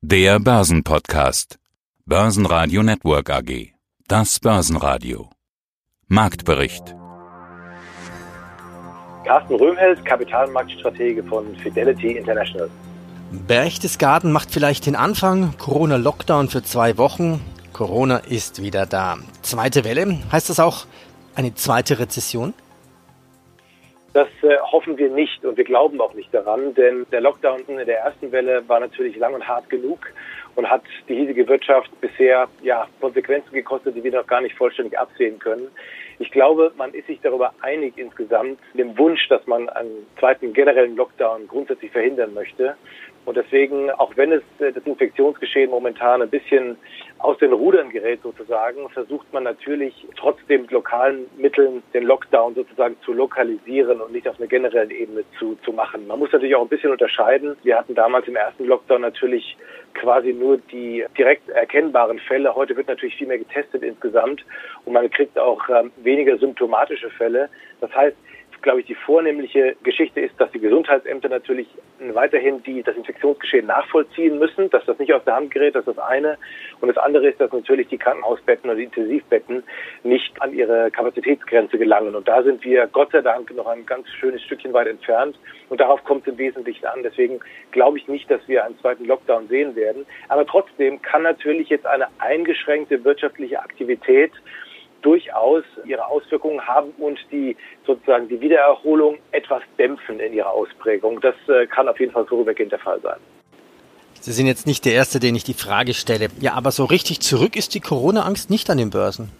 Der Börsenpodcast. Börsenradio Network AG. Das Börsenradio. Marktbericht. Carsten Röhmheld, Kapitalmarktstratege von Fidelity International. Berchtesgaden macht vielleicht den Anfang. Corona-Lockdown für 2 Wochen. Corona ist wieder da. Zweite Welle. Heißt das auch eine zweite Rezession? Das hoffen wir nicht und wir glauben auch nicht daran, denn der Lockdown in der ersten Welle war natürlich lang und hart genug und hat die hiesige Wirtschaft bisher Konsequenzen gekostet, die wir noch gar nicht vollständig absehen können. Ich glaube, man ist sich darüber einig insgesamt, dem Wunsch, dass man einen zweiten generellen Lockdown grundsätzlich verhindern möchte. Und deswegen, auch wenn es das Infektionsgeschehen momentan ein bisschen aus den Rudern gerät sozusagen, versucht man natürlich trotzdem mit lokalen Mitteln den Lockdown sozusagen zu lokalisieren und nicht auf einer generellen Ebene zu machen. Man muss natürlich auch ein bisschen unterscheiden. Wir hatten damals im ersten Lockdown natürlich quasi nur die direkt erkennbaren Fälle. Heute wird natürlich viel mehr getestet insgesamt und man kriegt auch weniger symptomatische Fälle. Das heißt, glaube ich, die vornehmliche Geschichte ist, dass die Gesundheitsämter natürlich weiterhin das Infektionsgeschehen nachvollziehen müssen, dass das nicht aus der Hand gerät, das ist das eine. Und das andere ist, dass natürlich die Krankenhausbetten oder die Intensivbetten nicht an ihre Kapazitätsgrenze gelangen. Und da sind wir Gott sei Dank noch ein ganz schönes Stückchen weit entfernt. Und darauf kommt es im Wesentlichen an. Deswegen glaube ich nicht, dass wir einen zweiten Lockdown sehen werden. Aber trotzdem kann natürlich jetzt eine eingeschränkte wirtschaftliche Aktivität durchaus ihre Auswirkungen haben und die Wiedererholung etwas dämpfen in ihrer Ausprägung. Das kann auf jeden Fall vorübergehend der Fall sein. Sie sind jetzt nicht der Erste, den ich die Frage stelle. Ja, aber so richtig zurück ist die Corona-Angst nicht an den Börsen.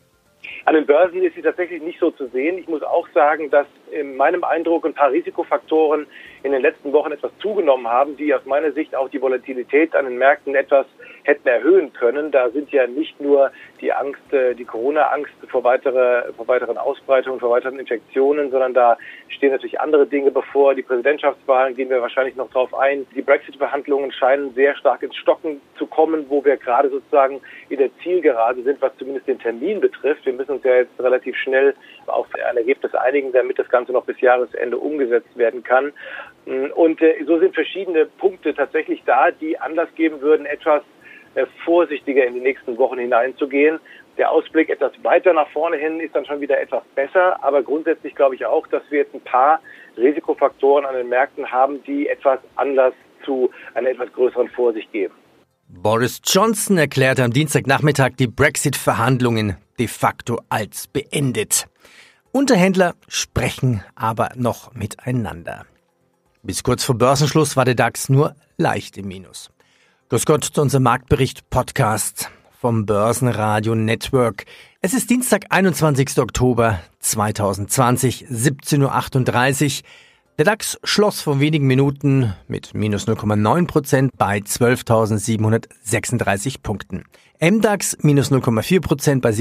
An den Börsen ist sie tatsächlich nicht so zu sehen. Ich muss auch sagen, dass in meinem Eindruck ein paar Risikofaktoren in den letzten Wochen etwas zugenommen haben, die aus meiner Sicht auch die Volatilität an den Märkten etwas hätten erhöhen können. Da sind ja nicht nur die Angst, die Corona-Angst vor weiteren Ausbreitungen, vor weiteren Infektionen, sondern da stehen natürlich andere Dinge bevor. Die Präsidentschaftswahlen gehen wir wahrscheinlich noch drauf ein. Die Brexit-Verhandlungen scheinen sehr stark ins Stocken zu kommen, wo wir gerade sozusagen in der Zielgerade sind, was zumindest den Termin betrifft. Wir müssen uns ja jetzt relativ schnell auf ein Ergebnis einigen, damit das Ganze noch bis Jahresende umgesetzt werden kann. Und so sind verschiedene Punkte tatsächlich da, die Anlass geben würden, etwas vorsichtiger in die nächsten Wochen hineinzugehen. Der Ausblick etwas weiter nach vorne hin ist dann schon wieder etwas besser, aber grundsätzlich glaube ich auch, dass wir jetzt ein paar Risikofaktoren an den Märkten haben, die etwas Anlass zu einer etwas größeren Vorsicht geben. Boris Johnson erklärte am Dienstagnachmittag die Brexit-Verhandlungen de facto als beendet. Unterhändler sprechen aber noch miteinander. Bis kurz vor Börsenschluss war der DAX nur leicht im Minus. Grüß Gott zu unserem Marktbericht-Podcast vom Börsenradio Network. Es ist Dienstag, 21. Oktober 2020, 17.38 Uhr. Der DAX schloss vor wenigen Minuten mit minus 0,9% bei 12.736 Punkten. MDAX minus 0,4% bei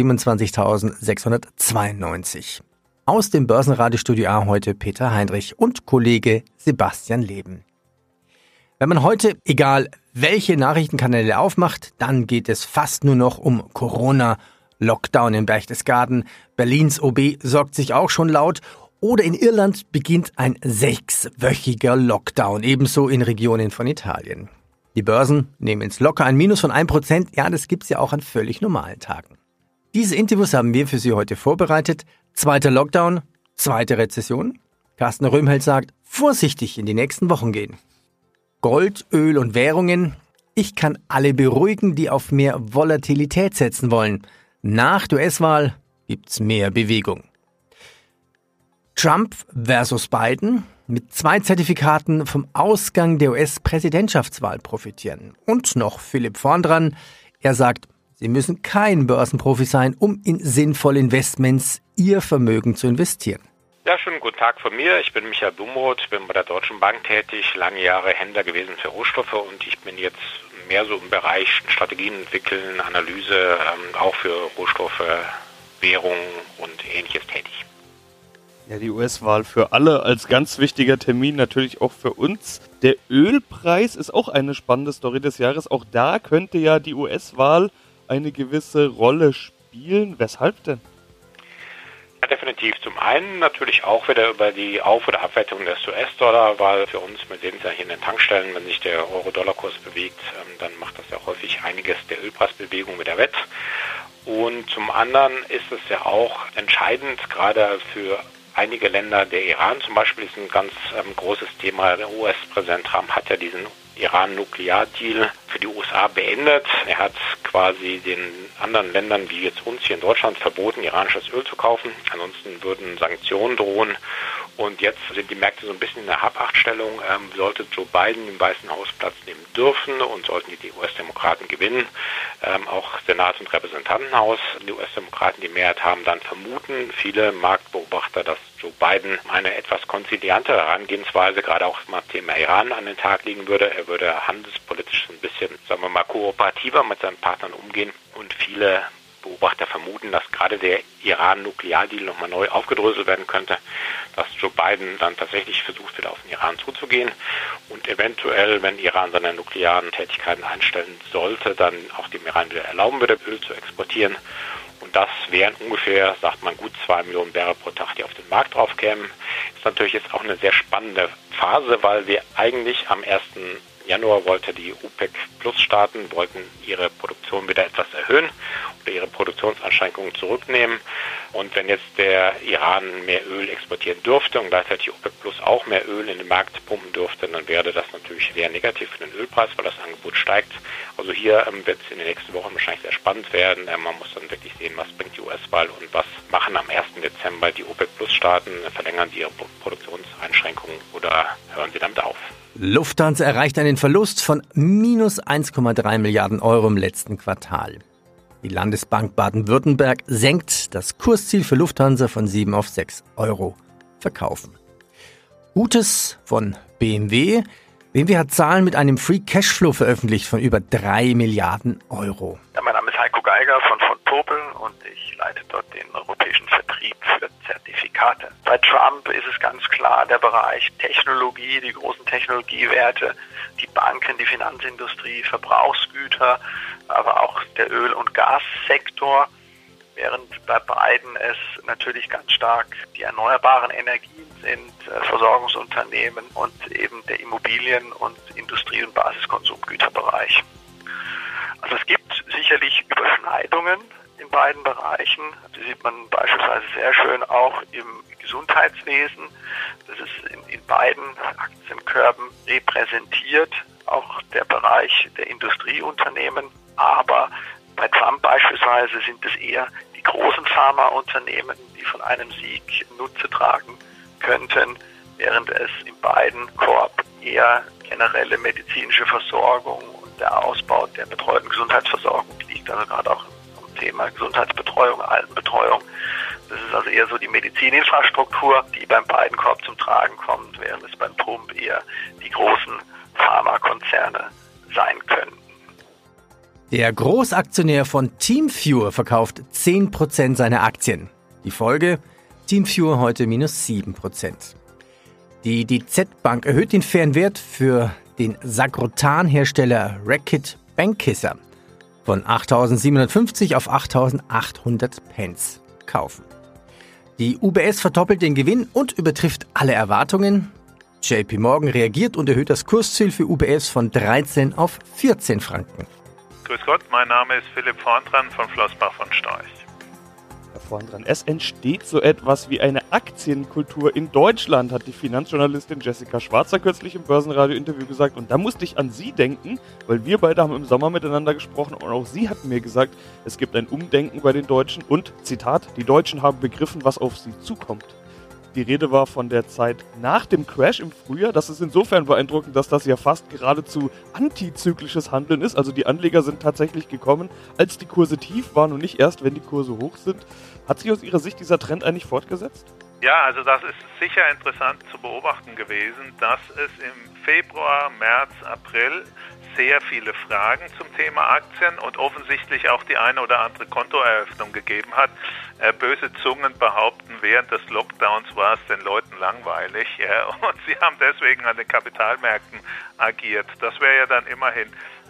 27.692. Aus dem Börsenradiostudio A heute Peter Heinrich und Kollege Sebastian Leben. Wenn man heute, egal welche Nachrichtenkanäle aufmacht, dann geht es fast nur noch um Corona, Lockdown in Berchtesgaden, Berlins OB sorgt sich auch schon laut oder in Irland beginnt ein 6-wöchiger Lockdown, ebenso in Regionen von Italien. Die Börsen nehmen ins locker ein Minus von 1%, ja, das gibt's ja auch an völlig normalen Tagen. Diese Interviews haben wir für Sie heute vorbereitet. Zweiter Lockdown, zweite Rezession. Carsten Röhmheld sagt, vorsichtig in die nächsten Wochen gehen. Gold, Öl und Währungen. Ich kann alle beruhigen, die auf mehr Volatilität setzen wollen. Nach der US-Wahl gibt's mehr Bewegung. Trump versus Biden. Mit 2 Zertifikaten vom Ausgang der US-Präsidentschaftswahl profitieren. Und noch Philipp vorn dran. Er sagt, Sie müssen kein Börsenprofi sein, um in sinnvolle Investments Ihr Vermögen zu investieren. Ja, schönen guten Tag von mir. Ich bin Michael Blumroth, bin bei der Deutschen Bank tätig, lange Jahre Händler gewesen für Rohstoffe und ich bin jetzt mehr so im Bereich Strategien entwickeln, Analyse, auch für Rohstoffe, Währungen und Ähnliches tätig. Ja, die US-Wahl für alle als ganz wichtiger Termin, natürlich auch für uns. Der Ölpreis ist auch eine spannende Story des Jahres. Auch da könnte ja die US-Wahl eine gewisse Rolle spielen. Weshalb denn? Definitiv. Zum einen natürlich auch wieder über die Auf- oder Abwertung des US-Dollar, weil für uns, wir sehen es ja hier in den Tankstellen, wenn sich der Euro-Dollar-Kurs bewegt, dann macht das ja häufig einiges der Ölpreisbewegung wieder wett. Und zum anderen ist es ja auch entscheidend, gerade für einige Länder, der Iran zum Beispiel ist ein ganz großes Thema. Der US-Präsident Trump hat ja diesen Iran-Nuklear-Deal für die USA beendet. Er hat quasi den anderen Ländern, wie jetzt uns hier in Deutschland, verboten, iranisches Öl zu kaufen. Ansonsten würden Sanktionen drohen. Und jetzt sind die Märkte so ein bisschen in der Habachtstellung. Sollte Joe Biden im Weißen Haus Platz nehmen dürfen und sollten die US-Demokraten gewinnen, auch Senat und Repräsentantenhaus, die US-Demokraten die Mehrheit haben, dann vermuten viele Marktbeobachter, dass Joe Biden eine etwas konziliantere Herangehensweise gerade auch mal Thema Iran an den Tag legen würde. Er würde handelspolitisch ein bisschen, sagen wir mal, kooperativer mit seinen Partnern umgehen und viele Beobachter vermuten, dass gerade der Iran-Nuklear-Deal nochmal neu aufgedröselt werden könnte, dass Joe Biden dann tatsächlich versucht, wieder auf den Iran zuzugehen und eventuell, wenn Iran seine nuklearen Tätigkeiten einstellen sollte, dann auch dem Iran wieder erlauben würde, Öl zu exportieren. Und das wären ungefähr, sagt man, gut 2 Millionen Barrel pro Tag, die auf den Markt drauf kämen. Ist natürlich jetzt auch eine sehr spannende Phase, weil wir eigentlich am 1. Januar wollte die OPEC-Plus-Staaten wollten ihre Produktion wieder etwas erhöhen oder ihre Produktionseinschränkungen zurücknehmen. Und wenn jetzt der Iran mehr Öl exportieren dürfte und gleichzeitig OPEC-Plus auch mehr Öl in den Markt pumpen dürfte, dann wäre das natürlich sehr negativ für den Ölpreis, weil das Angebot steigt. Also hier wird es in den nächsten Wochen wahrscheinlich sehr spannend werden. Man muss dann wirklich sehen, was bringt die US-Wahl und was machen am 1. Dezember die OPEC-Plus-Staaten, verlängern sie ihre Produktionseinschränkungen oder hören sie damit auf. Lufthansa erreicht einen Verlust von minus 1,3 Milliarden Euro im letzten Quartal. Die Landesbank Baden-Württemberg senkt das Kursziel für Lufthansa von 7 auf 6 Euro verkaufen. Gutes von BMW. BMW hat Zahlen mit einem Free Cashflow veröffentlicht von über 3 Milliarden Euro. Ja, mein Name ist Heiko Geiger von Popel und ich leite dort den europäischen Vertrieb für Zertifikate. Bei Trump ist es ganz klar der Bereich Technologie, die großen Technologiewerte, die Banken, die Finanzindustrie, Verbrauchsgüter, aber auch der Öl- und Gassektor, während bei Biden es natürlich ganz stark die erneuerbaren Energien sind, Versorgungsunternehmen und eben der Immobilien- und Industrie- und Basiskonsumgüterbereich. Also es gibt sicherlich Überschneidungen in beiden Bereichen. Das sieht man beispielsweise sehr schön auch im Gesundheitswesen. Das ist in beiden Aktienkörben repräsentiert, auch der Bereich der Industrieunternehmen. Aber bei Trump beispielsweise sind es eher die großen Pharmaunternehmen, die von einem Sieg Nutze tragen könnten, während es in beiden Korb eher generelle medizinische Versorgung und der Ausbau der betreuten Gesundheitsversorgung liegt, also gerade auch zum Thema Gesundheitsbetreuung, Altenbetreuung. Das ist also eher so die Medizininfrastruktur, die beim beiden Korb zum Tragen kommt, während es beim Trump eher die großen Pharmakonzerne sein könnten. Der Großaktionär von TeamViewer verkauft 10% seiner Aktien. Die Folge? TeamViewer heute minus 7%. Die DZ Bank erhöht den fairen Wert für den Sagrotan-Hersteller Reckitt Benckiser von 8.750 auf 8.800 Pence kaufen. Die UBS verdoppelt den Gewinn und übertrifft alle Erwartungen. JP Morgan reagiert und erhöht das Kursziel für UBS von 13 auf 14 Franken. Grüß Gott, mein Name ist Philipp Vorndran von Flossbach von Storch. Herr Vorndran, es entsteht so etwas wie eine Aktienkultur in Deutschland, hat die Finanzjournalistin Jessica Schwarzer kürzlich im Börsenradio-Interview gesagt. Und da musste ich an Sie denken, weil wir beide haben im Sommer miteinander gesprochen und auch Sie hatten mir gesagt, es gibt ein Umdenken bei den Deutschen und, Zitat, die Deutschen haben begriffen, was auf sie zukommt. Die Rede war von der Zeit nach dem Crash im Frühjahr. Das ist insofern beeindruckend, dass das ja fast geradezu antizyklisches Handeln ist. Also die Anleger sind tatsächlich gekommen, als die Kurse tief waren und nicht erst, wenn die Kurse hoch sind. Hat sich aus Ihrer Sicht dieser Trend eigentlich fortgesetzt? Ja, also das ist sicher interessant zu beobachten gewesen, dass es im Februar, März, April sehr viele Fragen zum Thema Aktien und offensichtlich auch die eine oder andere Kontoeröffnung gegeben hat. Böse Zungen behaupten, während des Lockdowns war es den Leuten langweilig, ja, und sie haben deswegen an den Kapitalmärkten agiert. Das wäre ja dann immerhin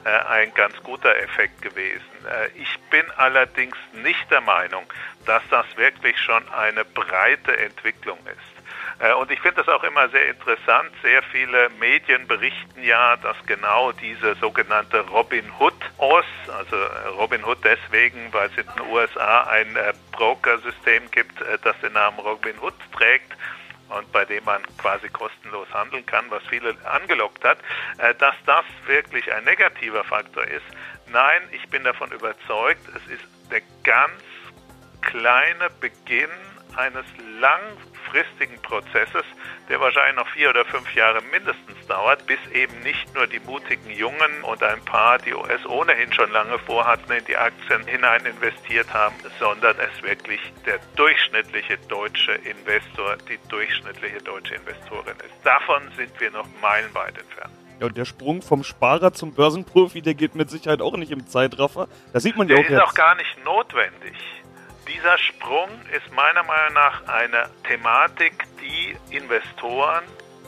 ein ganz guter Effekt gewesen. Ich bin allerdings nicht der Meinung, dass das wirklich schon eine breite Entwicklung ist. Und ich finde das auch immer sehr interessant. Sehr viele Medien berichten ja, dass genau diese sogenannte Robin Hood-Os, also Robin Hood deswegen, weil es in den USA ein Brokersystem gibt, das den Namen Robin Hood trägt und bei dem man quasi kostenlos handeln kann, was viele angelockt hat, dass das wirklich ein negativer Faktor ist. Nein, ich bin davon überzeugt, es ist der ganz kleine Beginn eines langfristigen Prozesses, der wahrscheinlich noch 4 oder 5 Jahre mindestens dauert, bis eben nicht nur die mutigen Jungen und ein paar, die es ohnehin schon lange vorhatten, in die Aktien hinein investiert haben, sondern es wirklich der durchschnittliche deutsche Investor, die durchschnittliche deutsche Investorin ist. Davon sind wir noch meilenweit entfernt. Ja, und der Sprung vom Sparer zum Börsenprofi, der geht mit Sicherheit auch nicht im Zeitraffer. Das sieht man ja auch jetzt. Der ist auch gar nicht notwendig. Dieser Sprung ist meiner Meinung nach eine Thematik, die Investoren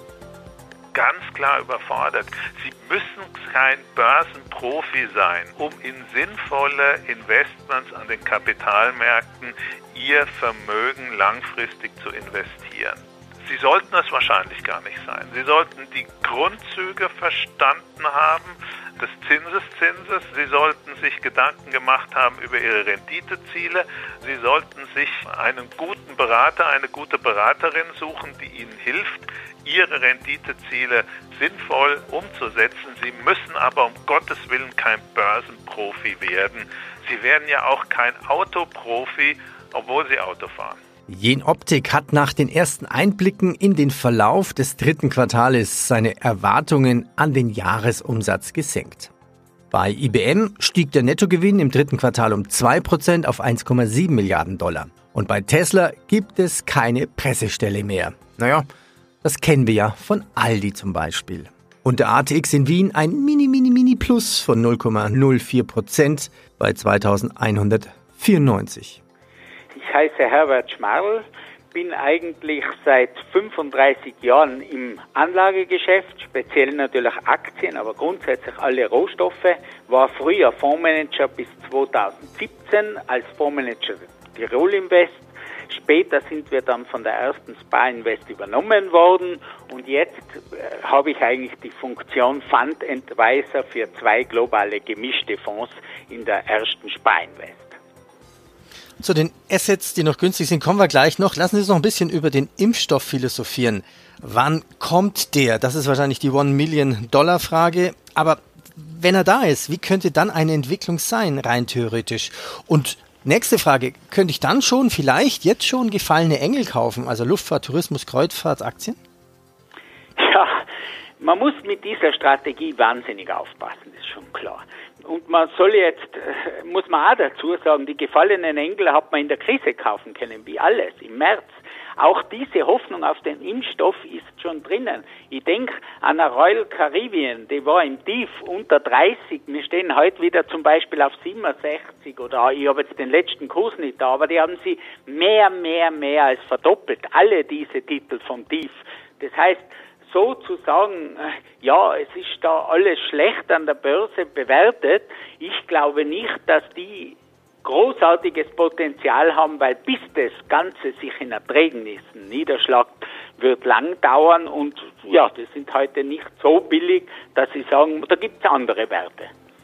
ganz klar überfordert. Sie müssen kein Börsenprofi sein, um in sinnvolle Investments an den Kapitalmärkten ihr Vermögen langfristig zu investieren. Sie sollten es wahrscheinlich gar nicht sein. Sie sollten die Grundzüge verstanden haben des Zinseszinses. Sie sollten sich Gedanken gemacht haben über ihre Renditeziele. Sie sollten sich einen guten Berater, eine gute Beraterin suchen, die ihnen hilft, ihre Renditeziele sinnvoll umzusetzen. Sie müssen aber um Gottes Willen kein Börsenprofi werden. Sie werden ja auch kein Autoprofi, obwohl sie Auto fahren. Jenoptik hat nach den ersten Einblicken in den Verlauf des dritten Quartals seine Erwartungen an den Jahresumsatz gesenkt. Bei IBM stieg der Nettogewinn im dritten Quartal um 2% auf 1,7 Milliarden $. Und bei Tesla gibt es keine Pressestelle mehr. Naja, das kennen wir ja von Aldi zum Beispiel. Und der ATX in Wien ein Mini-Plus von 0,04% bei 2194. Ich heiße Herbert Schmarl, bin eigentlich seit 35 Jahren im Anlagegeschäft, speziell natürlich Aktien, aber grundsätzlich alle Rohstoffe, war früher Fondsmanager bis 2017 als Fondsmanager Tirol Invest. Später sind wir dann von der ersten Spa Invest übernommen worden und jetzt habe ich eigentlich die Funktion Fund Advisor für 2 globale gemischte Fonds in der ersten Spa Invest. Zu den Assets, die noch günstig sind, kommen wir gleich noch. Lassen Sie uns noch ein bisschen über den Impfstoff philosophieren. Wann kommt der? Das ist wahrscheinlich die $1-Million-Frage. Aber wenn er da ist, wie könnte dann eine Entwicklung sein, rein theoretisch? Und nächste Frage, könnte ich dann schon vielleicht jetzt schon gefallene Engel kaufen? Also Luftfahrt, Tourismus, Kreuzfahrt, Aktien? Ja, man muss mit dieser Strategie wahnsinnig aufpassen, das ist schon klar. Und man soll jetzt, muss man auch dazu sagen, die gefallenen Engel hat man in der Krise kaufen können, wie alles, im März. Auch diese Hoffnung auf den Impfstoff ist schon drinnen. Ich denke an eine Royal Caribbean, die war im Tief unter 30. Wir stehen heute wieder zum Beispiel auf 67 oder ich habe jetzt den letzten Kurs nicht da, aber die haben sie mehr als verdoppelt. Alle diese Titel vom Tief. Das heißt, so zu sagen, ja, es ist da alles schlecht an der Börse bewertet, ich glaube nicht, dass die großartiges Potenzial haben, weil bis das Ganze sich in Erträgnissen niederschlagt, wird lang dauern und ja, die sind heute nicht so billig, dass sie sagen, da gibt es andere Werte.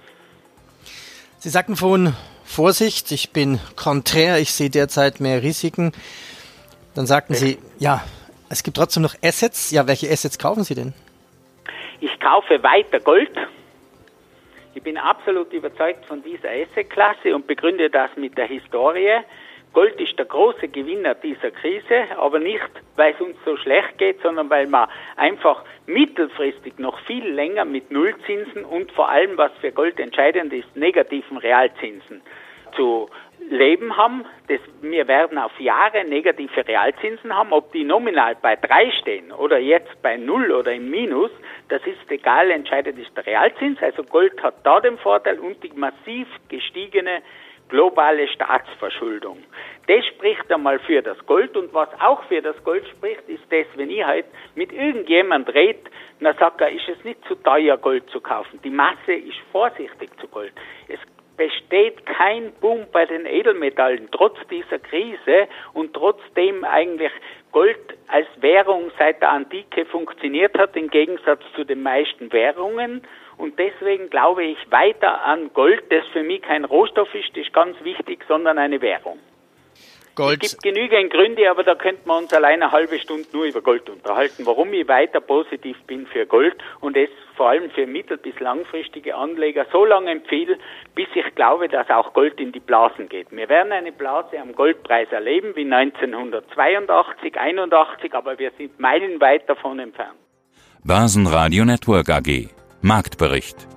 Sie sagten vorhin, Vorsicht, ich bin konträr, ich sehe derzeit mehr Risiken. Dann sagten Sie, ja, es gibt trotzdem noch Assets. Ja, welche Assets kaufen Sie denn? Ich kaufe weiter Gold. Ich bin absolut überzeugt von dieser Assetklasse und begründe das mit der Historie. Gold ist der große Gewinner dieser Krise, aber nicht, weil es uns so schlecht geht, sondern weil man einfach mittelfristig noch viel länger mit Nullzinsen und vor allem, was für Gold entscheidend ist, negativen Realzinsen zu leben haben. Wir werden auf Jahre negative Realzinsen haben, ob die nominal bei 3 stehen oder jetzt bei 0 oder im Minus, das ist egal, entscheidend ist der Realzins. Also Gold hat da den Vorteil und die massiv gestiegene globale Staatsverschuldung. Das spricht einmal für das Gold, und was auch für das Gold spricht, ist das, wenn ich halt mit irgendjemand rede, dann sagt er, ist es nicht zu teuer, Gold zu kaufen. Die Masse ist vorsichtig zu Gold. Es besteht kein Boom bei den Edelmetallen, trotz dieser Krise und trotzdem eigentlich Gold als Währung seit der Antike funktioniert hat, im Gegensatz zu den meisten Währungen. Und deswegen glaube ich weiter an Gold, das für mich kein Rohstoff ist, das ist ganz wichtig, sondern eine Währung. Gold. Es gibt genügend Gründe, aber da könnten wir uns allein eine halbe Stunde nur über Gold unterhalten, warum ich weiter positiv bin für Gold und es vor allem für mittel- bis langfristige Anleger so lange empfehle, bis ich glaube, dass auch Gold in die Blasen geht. Wir werden eine Blase am Goldpreis erleben wie 1982, 81, aber wir sind meilenweit davon entfernt. Börsenradio Network AG. Marktbericht.